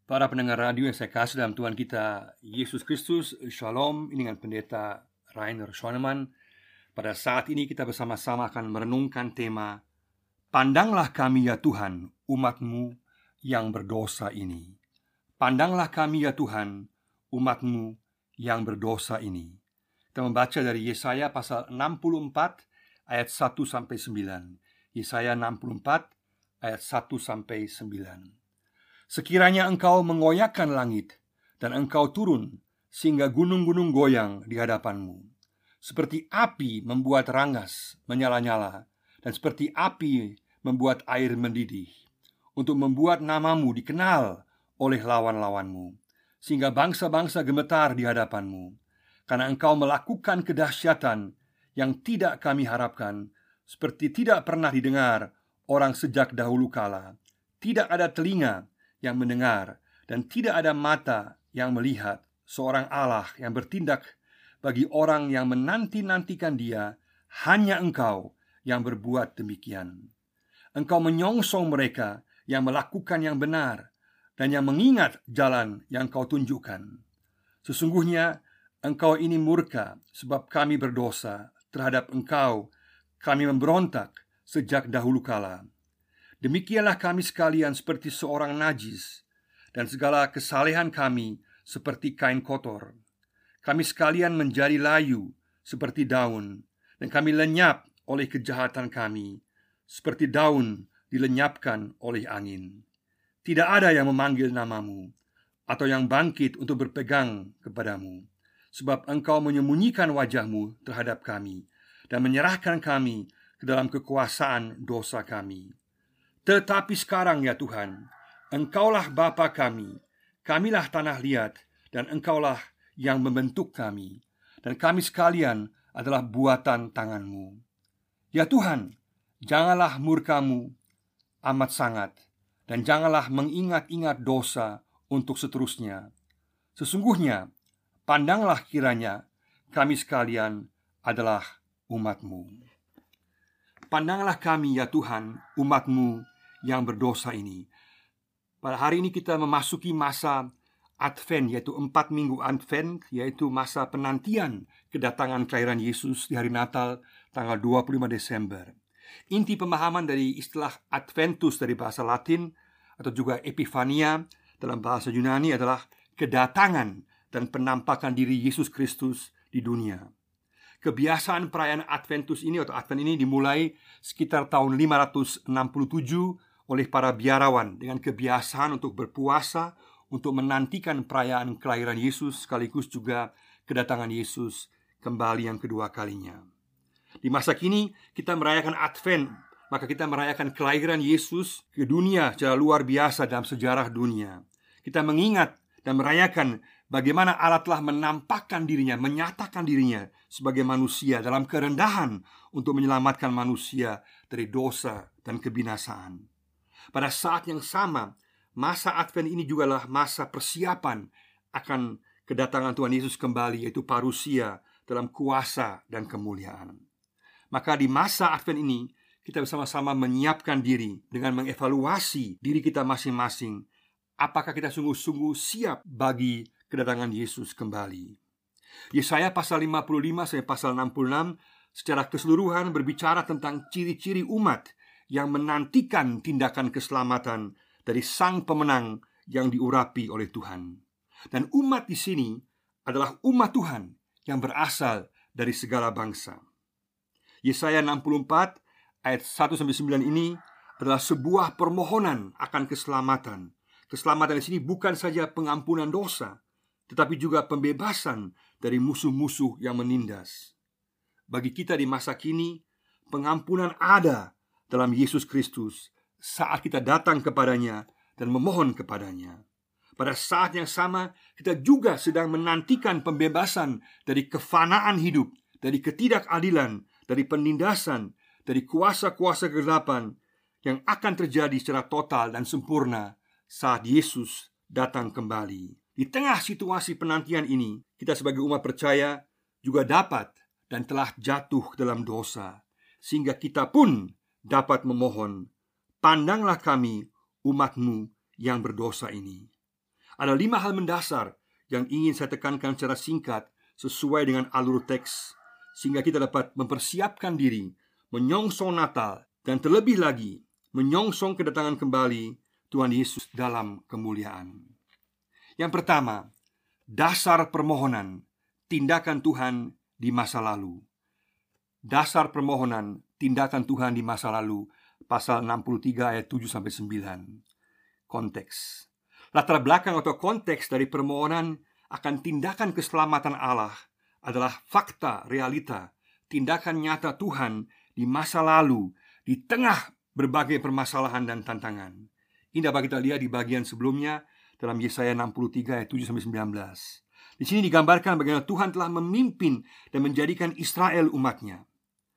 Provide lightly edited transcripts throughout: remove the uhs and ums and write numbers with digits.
Para pendengar radio yang saya kasih dalam Tuhan kita Yesus Kristus, Shalom. Ini dengan Pendeta Rainer Schoenemann. Pada saat ini kita bersama-sama akan merenungkan tema Pandanglah kami ya Tuhan, umat-Mu yang berdosa ini. Pandanglah kami ya Tuhan, umat-Mu yang berdosa ini. Kita membaca dari Yesaya pasal 64 ayat 1-9. Yesaya 64 ayat 1-9. Sekiranya engkau mengoyakkan langit dan engkau turun sehingga gunung-gunung goyang di hadapanmu, seperti api membuat rangas menyala-nyala dan seperti api membuat air mendidih, untuk membuat namamu dikenal oleh lawan-lawanmu, sehingga bangsa-bangsa gemetar di hadapanmu, karena engkau melakukan kedahsyatan yang tidak kami harapkan, seperti tidak pernah didengar orang sejak dahulu kala. Tidak ada telinga yang mendengar dan tidak ada mata yang melihat seorang Allah yang bertindak bagi orang yang menanti-nantikan Dia. Hanya Engkau yang berbuat demikian. Engkau menyongsong mereka yang melakukan yang benar dan yang mengingat jalan yang Kau tunjukkan. Sesungguhnya Engkau ini murka sebab kami berdosa terhadap Engkau. Kami memberontak sejak dahulu kala. Demikianlah kami sekalian seperti seorang najis, dan segala kesalehan kami seperti kain kotor. Kami sekalian menjadi layu seperti daun, dan kami lenyap oleh kejahatan kami, seperti daun dilenyapkan oleh angin. Tidak ada yang memanggil namamu, atau yang bangkit untuk berpegang kepadamu, sebab engkau menyembunyikan wajahmu terhadap kami, dan menyerahkan kami ke dalam kekuasaan dosa kami. Tetapi sekarang ya Tuhan, Engkaulah Bapa kami, kamilah tanah liat, dan Engkaulah yang membentuk kami, dan kami sekalian adalah buatan tangan-Mu. Ya Tuhan, janganlah murka-Mu amat sangat, dan janganlah mengingat-ingat dosa untuk seterusnya. Sesungguhnya, pandanglah kiranya kami sekalian adalah umat-Mu. Pandanglah kami ya Tuhan, umat-Mu yang berdosa ini. Pada hari ini kita memasuki masa Advent, yaitu 4 minggu Advent, yaitu masa penantian kedatangan kelahiran Yesus di hari Natal tanggal 25 Desember. Inti pemahaman dari istilah Adventus dari bahasa Latin atau juga Epifania dalam bahasa Yunani adalah kedatangan dan penampakan diri Yesus Kristus di dunia. Kebiasaan perayaan Adventus ini atau Advent ini dimulai sekitar tahun 567 oleh para biarawan dengan kebiasaan untuk berpuasa untuk menantikan perayaan kelahiran Yesus sekaligus juga kedatangan Yesus kembali yang kedua kalinya. Di masa kini kita merayakan Advent, maka kita merayakan kelahiran Yesus ke dunia secara luar biasa dalam sejarah dunia. Kita mengingat dan merayakan bagaimana Allah telah menampakkan dirinya, menyatakan dirinya sebagai manusia dalam kerendahan untuk menyelamatkan manusia dari dosa dan kebinasaan. Pada saat yang sama, masa Advent ini jugalah masa persiapan akan kedatangan Tuhan Yesus kembali, yaitu parusia dalam kuasa dan kemuliaan. Maka di masa Advent ini kita bersama-sama menyiapkan diri dengan mengevaluasi diri kita masing-masing. Apakah kita sungguh-sungguh siap bagi kedatangan Yesus kembali? Yesaya pasal 55 sampai pasal 66 secara keseluruhan berbicara tentang ciri-ciri umat yang menantikan tindakan keselamatan dari Sang Pemenang yang diurapi oleh Tuhan. Dan umat di sini adalah umat Tuhan yang berasal dari segala bangsa. Yesaya 64 ayat 1-9 ini adalah sebuah permohonan akan keselamatan. Keselamatan di sini bukan saja pengampunan dosa, tetapi juga pembebasan dari musuh-musuh yang menindas. Bagi kita di masa kini, pengampunan ada dalam Yesus Kristus saat kita datang kepadanya dan memohon kepadanya. Pada saat yang sama, kita juga sedang menantikan pembebasan dari kefanaan hidup, dari ketidakadilan, dari penindasan, dari kuasa-kuasa kegelapan yang akan terjadi secara total dan sempurna saat Yesus datang kembali. Di tengah situasi penantian ini, kita sebagai umat percaya juga dapat dan telah jatuh dalam dosa, sehingga kita pun dapat memohon, pandanglah kami, umat-Mu yang berdosa ini. Ada 5 hal mendasar yang ingin saya tekankan secara singkat sesuai dengan alur teks, sehingga kita dapat mempersiapkan diri menyongsong Natal, dan terlebih lagi menyongsong kedatangan kembali Tuhan Yesus dalam kemuliaan. Yang pertama, dasar permohonan tindakan Tuhan di masa lalu. Dasar permohonan tindakan Tuhan di masa lalu, pasal 63 ayat 7-9. Konteks. Latar belakang atau konteks dari permohonan akan tindakan keselamatan Allah adalah fakta, realita, tindakan nyata Tuhan di masa lalu, di tengah berbagai permasalahan dan tantangan. Ini dapat kita lihat di bagian sebelumnya dalam Yesaya 63 ayat 7-19. Di sini digambarkan bagaimana Tuhan telah memimpin dan menjadikan Israel umatnya.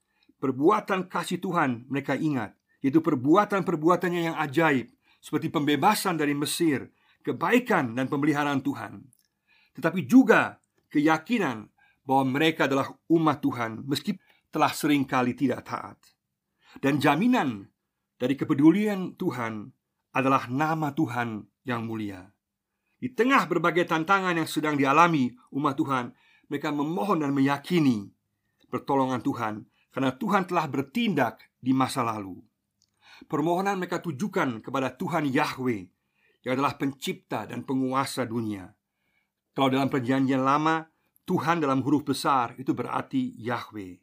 Perbuatan kasih Tuhan mereka ingat, yaitu perbuatan-perbuatannya yang ajaib, seperti pembebasan dari Mesir, kebaikan dan pemeliharaan Tuhan. Tetapi juga keyakinan bahwa mereka adalah umat Tuhan meski telah seringkali tidak taat. Dan jaminan dari kepedulian Tuhan adalah nama Tuhan yang mulia. Di tengah berbagai tantangan yang sedang dialami umat Tuhan, mereka memohon dan meyakini pertolongan Tuhan, karena Tuhan telah bertindak di masa lalu. Permohonan mereka tujukan kepada Tuhan Yahweh, yang adalah pencipta dan penguasa dunia. Kalau dalam perjanjian lama, Tuhan dalam huruf besar itu berarti Yahweh.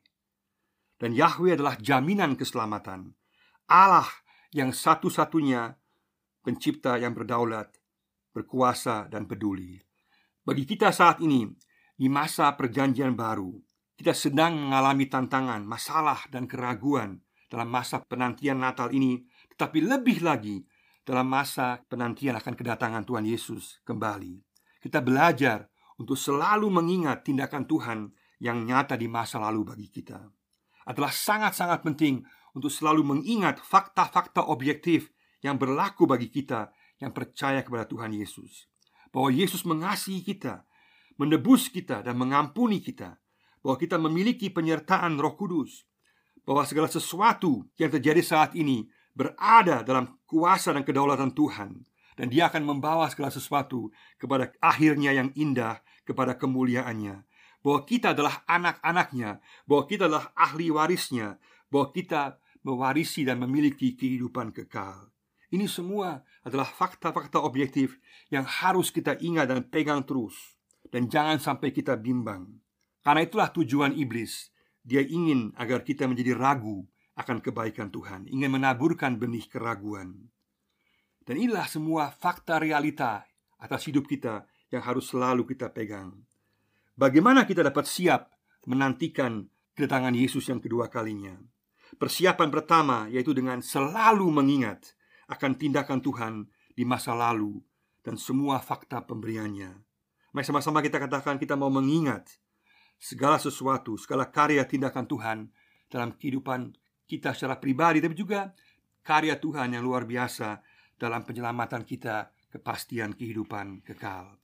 Dan Yahweh adalah jaminan keselamatan, Allah yang satu-satunya pencipta yang berdaulat, berkuasa dan peduli. Bagi kita saat ini, di masa perjanjian baru, kita sedang mengalami tantangan, masalah dan keraguan dalam masa penantian Natal ini, tetapi lebih lagi dalam masa penantian akan kedatangan Tuhan Yesus kembali. Kita belajar untuk selalu mengingat tindakan Tuhan yang nyata di masa lalu bagi kita. Adalah sangat-sangat penting untuk selalu mengingat fakta-fakta objektif yang berlaku bagi kita yang percaya kepada Tuhan Yesus. Bahwa Yesus mengasihi kita, menebus kita dan mengampuni kita. Bahwa kita memiliki penyertaan Roh Kudus. Bahwa segala sesuatu yang terjadi saat ini berada dalam kuasa dan kedaulatan Tuhan, dan Dia akan membawa segala sesuatu kepada akhirnya yang indah, kepada kemuliaannya. Bahwa kita adalah anak-anaknya, bahwa kita adalah ahli warisnya, bahwa kita mewarisi dan memiliki kehidupan kekal. Ini semua adalah fakta-fakta objektif yang harus kita ingat dan pegang terus, dan jangan sampai kita bimbang. Karena itulah tujuan iblis. Dia ingin agar kita menjadi ragu akan kebaikan Tuhan, ingin menaburkan benih keraguan. Dan inilah semua fakta realita atas hidup kita yang harus selalu kita pegang. Bagaimana kita dapat siap menantikan kedatangan Yesus yang kedua kalinya? Persiapan pertama yaitu dengan selalu mengingat akan tindakan Tuhan di masa lalu dan semua fakta pemberiannya. Mari sama-sama kita katakan kita mau mengingat segala sesuatu, segala karya tindakan Tuhan dalam kehidupan kita secara pribadi, tapi juga karya Tuhan yang luar biasa dalam penyelamatan kita, kepastian kehidupan kekal.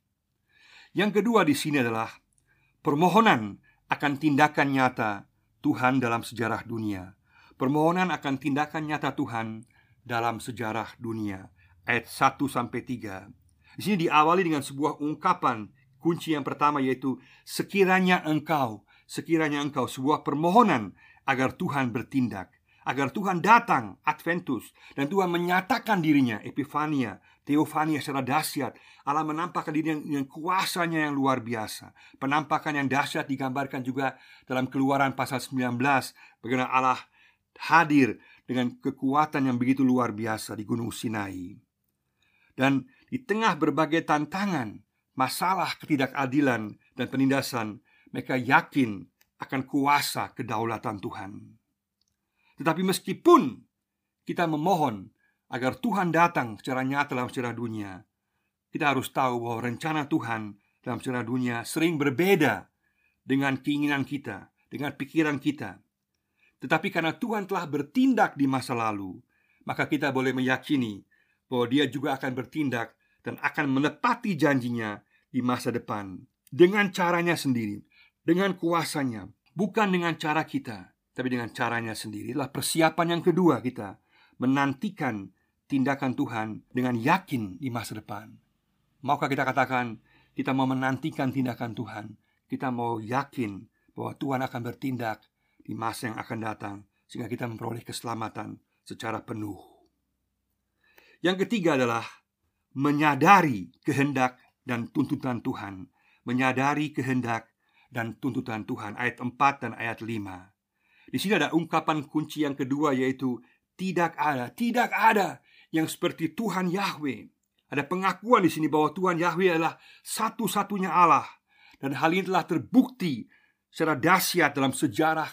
Yang kedua di sini adalah permohonan akan tindakan nyata Tuhan dalam sejarah dunia. Permohonan akan tindakan nyata Tuhan dalam sejarah dunia. Ayat 1-3. Di sini diawali dengan sebuah ungkapan kunci yang pertama, yaitu sekiranya engkau, sebuah permohonan agar Tuhan bertindak, agar Tuhan datang, Adventus, dan Tuhan menyatakan dirinya, Epifania, Teofania secara dahsyat. Allah menampakkan dirinya dengan kuasanya yang luar biasa. Penampakan yang dahsyat digambarkan juga dalam Keluaran pasal 19, bagaimana Allah hadir dengan kekuatan yang begitu luar biasa di Gunung Sinai. Dan di tengah berbagai tantangan, masalah ketidakadilan dan penindasan, mereka yakin akan kuasa kedaulatan Tuhan. Tetapi meskipun kita memohon agar Tuhan datang secara nyata dalam sejarah dunia, kita harus tahu bahwa rencana Tuhan dalam sejarah dunia sering berbeda dengan keinginan kita, dengan pikiran kita. Tetapi karena Tuhan telah bertindak di masa lalu, maka kita boleh meyakini bahwa Dia juga akan bertindak dan akan menepati janjinya di masa depan dengan caranya sendiri, dengan kuasanya, bukan dengan cara kita, tapi dengan caranya sendiri. Itulah persiapan yang kedua kita, menantikan tindakan Tuhan dengan yakin di masa depan. Maukah kita katakan kita mau menantikan tindakan Tuhan? Kita mau yakin bahwa Tuhan akan bertindak di masa yang akan datang, sehingga kita memperoleh keselamatan secara penuh. Yang ketiga adalah menyadari kehendak dan tuntutan Tuhan. Menyadari kehendak dan tuntutan Tuhan. Ayat 4 dan ayat 5. Di sini ada ungkapan kunci yang kedua, yaitu tidak ada yang seperti Tuhan Yahweh. Ada pengakuan di sini bahwa Tuhan Yahweh adalah satu-satunya Allah, dan hal ini telah terbukti secara dahsyat dalam sejarah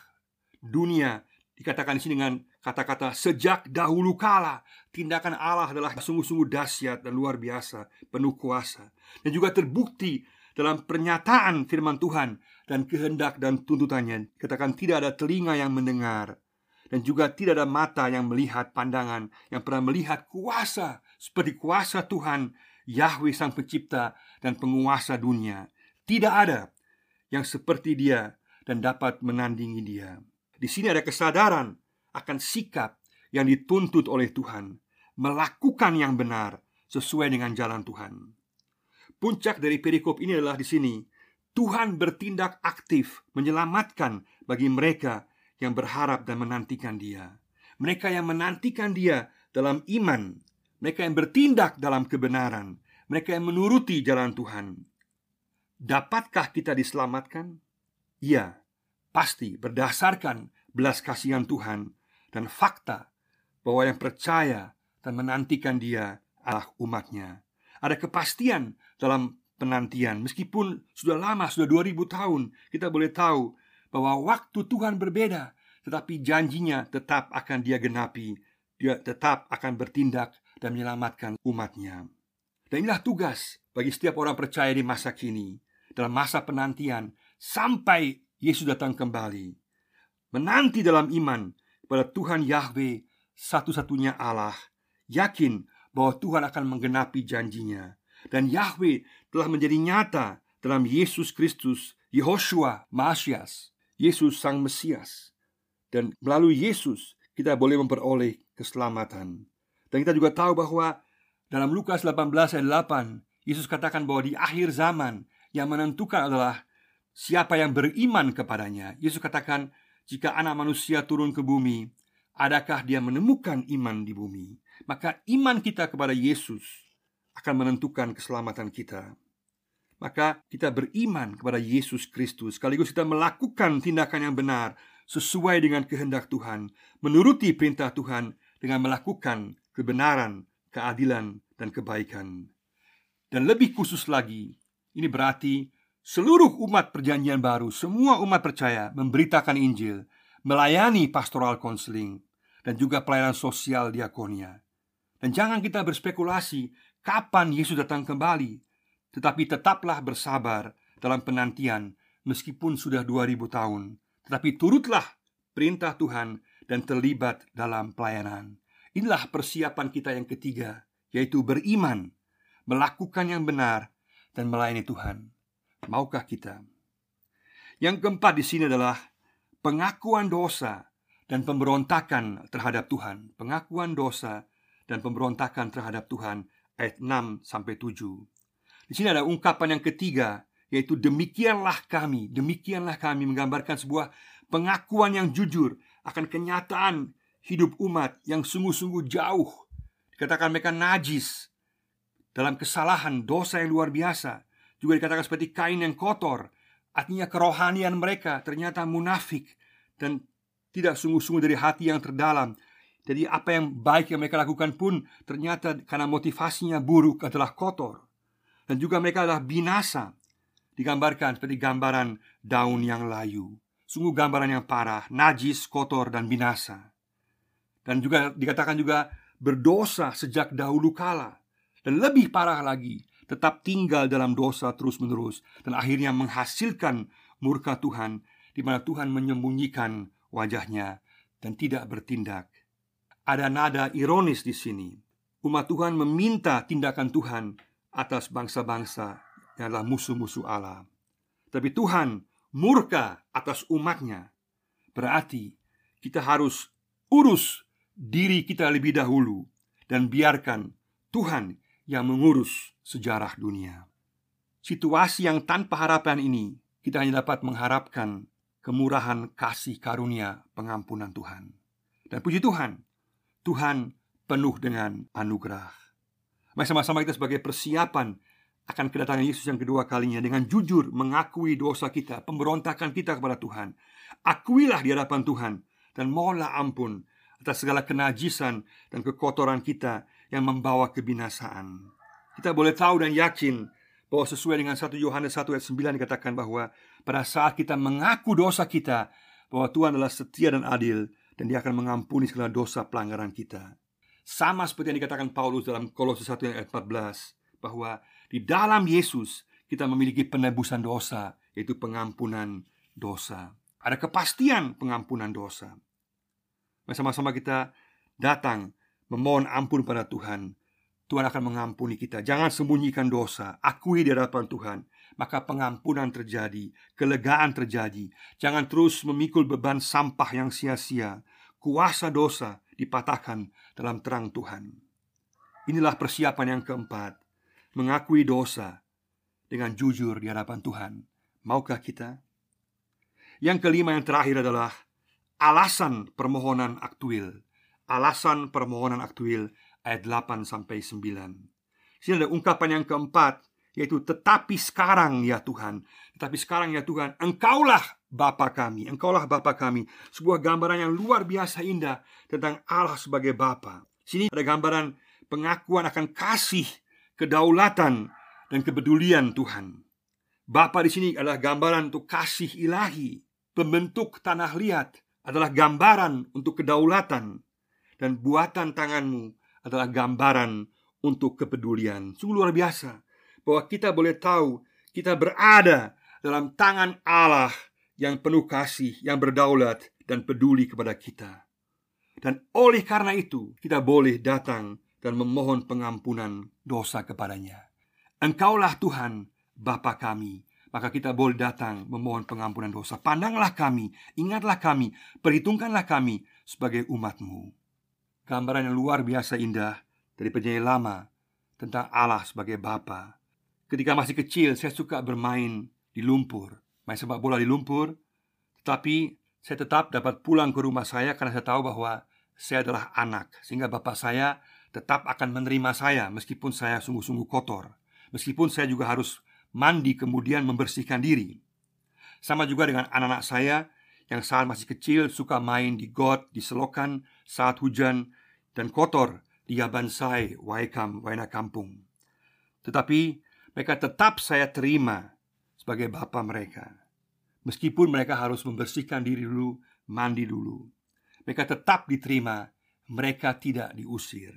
dunia. Dikatakan di sini dengan kata-kata sejak dahulu kala. Tindakan Allah adalah sungguh-sungguh dahsyat dan luar biasa, penuh kuasa. Dan juga terbukti dalam pernyataan firman Tuhan dan kehendak dan tuntutannya. Katakan tidak ada telinga yang mendengar, dan juga tidak ada mata yang melihat pandangan, yang pernah melihat kuasa seperti kuasa Tuhan Yahweh Sang Pencipta dan Penguasa dunia. Tidak ada yang seperti Dia dan dapat menandingi Dia. Di sini ada kesadaran akan sikap yang dituntut oleh Tuhan, melakukan yang benar sesuai dengan jalan Tuhan. Puncak dari perikop ini adalah di sini Tuhan bertindak aktif menyelamatkan bagi mereka yang berharap dan menantikan Dia. Mereka yang menantikan Dia dalam iman, mereka yang bertindak dalam kebenaran, mereka yang menuruti jalan Tuhan. Dapatkah kita diselamatkan? Ya, pasti berdasarkan belas kasihan Tuhan dan fakta bahwa yang percaya dan menantikan Dia adalah umat-Nya. Ada kepastian dalam penantian. Meskipun sudah lama, sudah 2000 tahun, kita boleh tahu bahwa waktu Tuhan berbeda, tetapi janjinya tetap akan Dia genapi. Dia tetap akan bertindak dan menyelamatkan umat-Nya. Dan inilah tugas bagi setiap orang percaya di masa kini, dalam masa penantian sampai Yesus datang kembali. Menanti dalam iman kepada Tuhan Yahweh, satu-satunya Allah, yakin bahwa Tuhan akan menggenapi janjinya. Dan Yahweh telah menjadi nyata dalam Yesus Kristus, Yehoshua, Masias, Yesus Sang Mesias. Dan melalui Yesus kita boleh memperoleh keselamatan. Dan kita juga tahu bahwa dalam Lukas 18 ayat 8, Yesus katakan bahwa di akhir zaman yang menentukan adalah siapa yang beriman kepadanya. Yesus katakan, jika Anak Manusia turun ke bumi, adakah Dia menemukan iman di bumi? Maka iman kita kepada Yesus akan menentukan keselamatan kita. Maka kita beriman kepada Yesus Kristus, sekaligus kita melakukan tindakan yang benar sesuai dengan kehendak Tuhan, menuruti perintah Tuhan dengan melakukan kebenaran, keadilan, dan kebaikan. Dan lebih khusus lagi, ini berarti seluruh umat perjanjian baru, semua umat percaya memberitakan Injil, melayani pastoral counseling, dan juga pelayanan sosial diakonia. Dan jangan kita berspekulasi kapan Yesus datang kembali, tetapi tetaplah bersabar dalam penantian meskipun sudah 2000 tahun. Tetapi turutlah perintah Tuhan dan terlibat dalam pelayanan. Inilah persiapan kita yang ketiga, yaitu beriman, melakukan yang benar, dan melayani Tuhan. Maukah kita? Yang keempat di sini adalah pengakuan dosa dan pemberontakan terhadap Tuhan. Pengakuan dosa dan pemberontakan terhadap Tuhan, ayat 6 sampai 7. Di sini ada ungkapan yang ketiga, yaitu demikianlah kami menggambarkan sebuah pengakuan yang jujur akan kenyataan hidup umat yang sungguh-sungguh jauh. Dikatakan mereka najis dalam kesalahan, dosa yang luar biasa. Juga dikatakan seperti kain yang kotor. Artinya kerohanian mereka ternyata munafik dan tidak sungguh-sungguh dari hati yang terdalam. Jadi apa yang baik yang mereka lakukan pun ternyata karena motivasinya buruk adalah kotor. Dan juga mereka adalah binasa, digambarkan seperti gambaran daun yang layu. Sungguh gambaran yang parah, najis, kotor, dan binasa. Dan juga dikatakan juga berdosa sejak dahulu kala. Dan lebih parah lagi, tetap tinggal dalam dosa terus-menerus, dan akhirnya menghasilkan murka Tuhan, di mana Tuhan menyembunyikan wajahnya dan tidak bertindak. Ada nada ironis di sini. Umat Tuhan meminta tindakan Tuhan atas bangsa-bangsa yang adalah musuh-musuh Allah. Tapi Tuhan murka atas umatnya. Berarti kita harus urus diri kita lebih dahulu dan biarkan Tuhan yang mengurus sejarah dunia. Situasi yang tanpa harapan ini, kita hanya dapat mengharapkan kemurahan kasih karunia pengampunan Tuhan. Dan puji Tuhan, Tuhan penuh dengan anugerah. Mari sama-sama kita sebagai persiapan akan kedatangan Yesus yang kedua kalinya, dengan jujur mengakui dosa kita, pemberontakan kita kepada Tuhan. Akuilah di hadapan Tuhan dan mohonlah ampun atas segala kenajisan dan kekotoran kita yang membawa kebinasaan. Kita boleh tahu dan yakin bahwa sesuai dengan 1 Yohanes 1 ayat 9 dikatakan bahwa pada saat kita mengaku dosa kita, bahwa Tuhan adalah setia dan adil, dan Dia akan mengampuni segala dosa pelanggaran kita. Sama seperti yang dikatakan Paulus dalam Kolose 1 ayat 14, bahwa di dalam Yesus kita memiliki penebusan dosa, yaitu pengampunan dosa. Ada kepastian pengampunan dosa. Sama-sama kita datang memohon ampun pada Tuhan. Tuhan akan mengampuni kita. Jangan sembunyikan dosa, akui di hadapan Tuhan, maka pengampunan terjadi, kelegaan terjadi. Jangan terus memikul beban sampah yang sia-sia. Kuasa dosa dipatahkan dalam terang Tuhan. Inilah persiapan yang keempat, mengakui dosa dengan jujur di hadapan Tuhan. Maukah kita? Yang kelima, yang terakhir adalah alasan permohonan aktuil. Alasan permohonan aktuil ayat 8 sampai 9. Sini ada ungkapan yang keempat, yaitu tetapi sekarang ya Tuhan. Tetapi sekarang ya Tuhan, Engkaulah Bapa kami. Engkaulah Bapa kami. Sebuah gambaran yang luar biasa indah tentang Allah sebagai Bapa. Sini ada gambaran pengakuan akan kasih, kedaulatan, dan kepedulian Tuhan. Bapa di sini adalah gambaran untuk kasih ilahi. Pembentuk tanah liat adalah gambaran untuk kedaulatan, dan buatan tanganmu adalah gambaran untuk kepedulian. Sungguh luar biasa bahwa kita boleh tahu kita berada dalam tangan Allah yang penuh kasih, yang berdaulat dan peduli kepada kita. Dan oleh karena itu kita boleh datang dan memohon pengampunan dosa kepadanya. Engkaulah Tuhan Bapa kami, maka kita boleh datang memohon pengampunan dosa. Pandanglah kami, ingatlah kami, perhitungkanlah kami sebagai umat-Mu. Gambaran yang luar biasa indah dari penyanyi lama tentang Allah sebagai Bapa. Ketika masih kecil, saya suka bermain di lumpur, main sepak bola di lumpur. Tetapi saya tetap dapat pulang ke rumah saya karena saya tahu bahwa saya adalah anak, sehingga bapak saya tetap akan menerima saya meskipun saya sungguh-sungguh kotor, meskipun saya juga harus mandi kemudian membersihkan diri. Sama juga dengan anak-anak saya yang saat masih kecil suka main di got, di selokan saat hujan dan kotor di Yabansai, Waikam, Waina Kampung. Tetapi mereka tetap saya terima sebagai bapa mereka, meskipun mereka harus membersihkan diri dulu, mandi dulu. Mereka tetap diterima, mereka tidak diusir.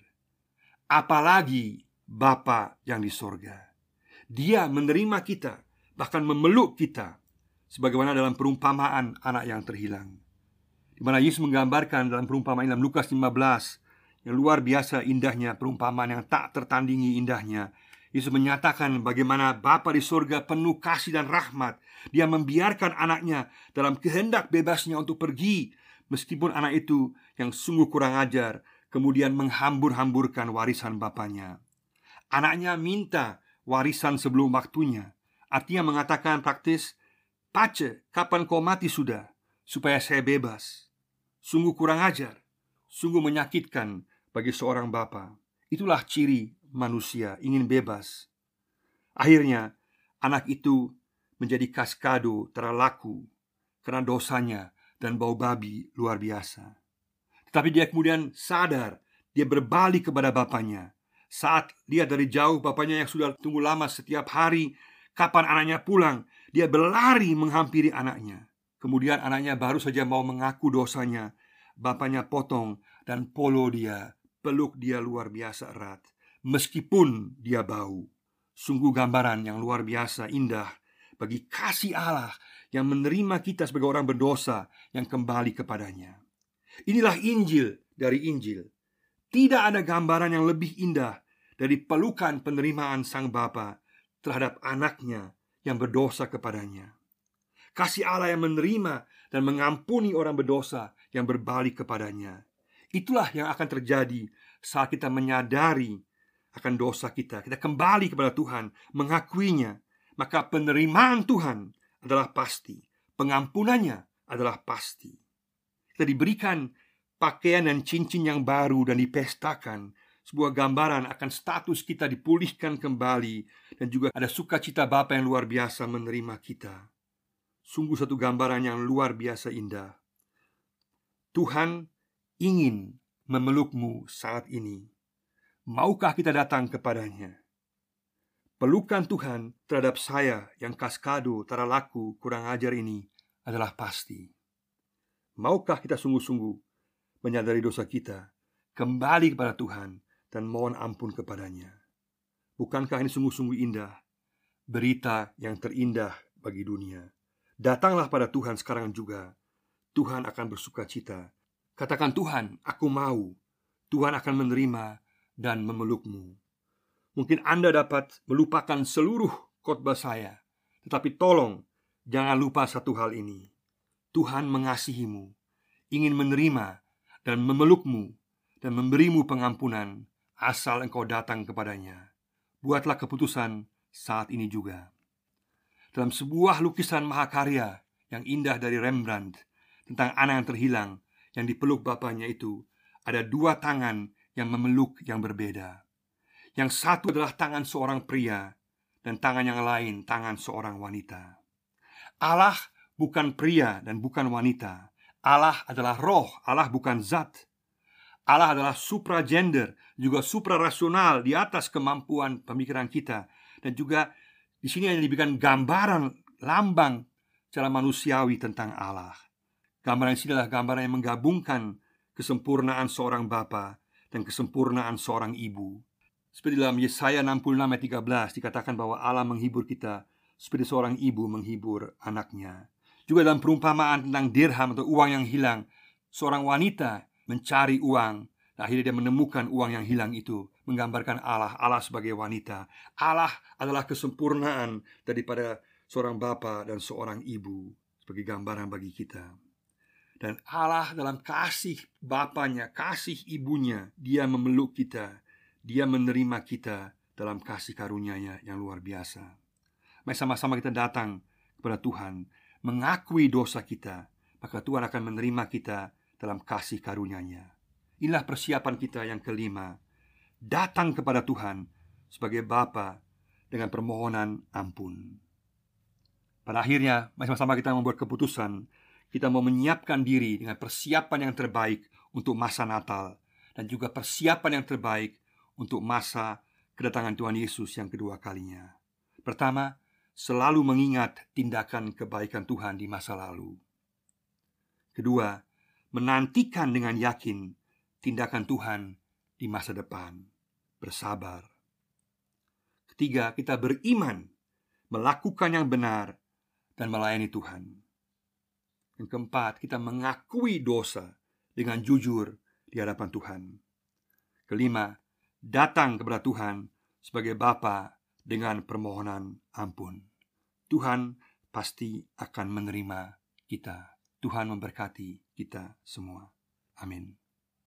Apalagi Bapa yang di sorga. Dia menerima kita, bahkan memeluk kita, sebagaimana dalam perumpamaan anak yang terhilang, di mana Yesus menggambarkan dalam perumpamaan dalam Lukas 15, yang luar biasa indahnya, perumpamaan yang tak tertandingi indahnya. Yesus menyatakan bagaimana Bapa di surga penuh kasih dan rahmat. Dia membiarkan anaknya dalam kehendak bebasnya untuk pergi, meskipun anak itu yang sungguh kurang ajar kemudian menghambur-hamburkan warisan bapaknya. Anaknya minta warisan sebelum waktunya. Artinya mengatakan praktis, "Pace, kapan kau mati sudah, supaya saya bebas?" Sungguh kurang ajar, sungguh menyakitkan bagi seorang bapa. Itulah ciri manusia, ingin bebas. Akhirnya anak itu menjadi kaskado terlaku karena dosanya dan bau babi luar biasa. Tetapi dia kemudian sadar, dia berbalik kepada bapaknya. Saat lihat dari jauh bapaknya yang sudah tunggu lama setiap hari kapan anaknya pulang, dia berlari menghampiri anaknya. Kemudian anaknya baru saja mau mengaku dosanya, bapaknya potong dan polo dia, peluk dia luar biasa erat, meskipun dia bau. Sungguh gambaran yang luar biasa indah bagi kasih Allah yang menerima kita sebagai orang berdosa yang kembali kepadanya. Inilah Injil dari Injil. Tidak ada gambaran yang lebih indah dari pelukan penerimaan Sang Bapa terhadap anaknya yang berdosa kepadanya. Kasih Allah yang menerima dan mengampuni orang berdosa yang berbalik kepadanya. Itulah yang akan terjadi saat kita menyadari akan dosa kita kembali kepada Tuhan, mengakuinya, maka penerimaan Tuhan adalah pasti, pengampunannya adalah pasti. Kita diberikan pakaian dan cincin yang baru dan dipestakan, sebuah gambaran akan status kita dipulihkan kembali, dan juga ada sukacita Bapa yang luar biasa menerima kita. Sungguh satu gambaran yang luar biasa indah. Tuhan ingin memelukmu saat ini. Maukah kita datang kepadanya? Pelukan Tuhan terhadap saya yang kaskado, tara laku, kurang ajar ini adalah pasti. Maukah kita sungguh-sungguh menyadari dosa kita, kembali kepada Tuhan, dan mohon ampun kepadanya? Bukankah ini sungguh-sungguh indah? Berita yang terindah bagi dunia. Datanglah pada Tuhan sekarang juga. Tuhan akan bersuka cita. Katakan, Tuhan, aku mau. Tuhan akan menerima dan memelukmu. Mungkin Anda dapat melupakan seluruh khotbah saya, tetapi tolong jangan lupa satu hal ini. Tuhan mengasihimu, ingin menerima dan memelukmu, dan memberimu pengampunan asal engkau datang kepadanya. Buatlah keputusan saat ini juga. Dalam sebuah lukisan mahakarya yang indah dari Rembrandt tentang anak yang terhilang yang dipeluk bapaknya itu, ada dua tangan yang memeluk yang berbeda. Yang satu adalah tangan seorang pria, dan tangan yang lain tangan seorang wanita. Allah bukan pria dan bukan wanita. Allah adalah roh, Allah bukan zat. Allah adalah supragender, juga suprarasional, di atas kemampuan pemikiran kita. Dan juga di sini hanya diberikan gambaran, lambang secara manusiawi tentang Allah. Gambaran ini adalah gambaran yang menggabungkan kesempurnaan seorang bapa dan kesempurnaan seorang ibu. Seperti dalam Yesaya 66 ayat 13 dikatakan bahwa Allah menghibur kita seperti seorang ibu menghibur anaknya. Juga dalam perumpamaan tentang dirham atau uang yang hilang, seorang wanita mencari uang, dan akhirnya dia menemukan uang yang hilang itu, menggambarkan Allah sebagai wanita. Allah adalah kesempurnaan daripada seorang bapa dan seorang ibu sebagai gambaran bagi kita. Dan Allah dalam kasih bapanya, kasih ibunya, dia memeluk kita, dia menerima kita dalam kasih karunia-Nya yang luar biasa. Mari sama-sama kita datang kepada Tuhan, mengakui dosa kita, maka Tuhan akan menerima kita dalam kasih karunia-Nya. Inilah persiapan kita yang kelima, datang kepada Tuhan sebagai Bapa dengan permohonan ampun. Pada akhirnya, mari sama-sama kita membuat keputusan. Kita mau menyiapkan diri dengan persiapan yang terbaik untuk masa Natal, dan juga persiapan yang terbaik untuk masa kedatangan Tuhan Yesus yang kedua kalinya. Pertama, selalu mengingat tindakan kebaikan Tuhan di masa lalu. Kedua, menantikan dengan yakin tindakan Tuhan di masa depan. Bersabar. Ketiga, kita beriman, melakukan yang benar, dan melayani Tuhan. Yang keempat, kita mengakui dosa dengan jujur di hadapan Tuhan. Kelima, datang kepada Tuhan sebagai Bapa dengan permohonan ampun. Tuhan pasti akan menerima kita. Tuhan memberkati kita semua. Amin.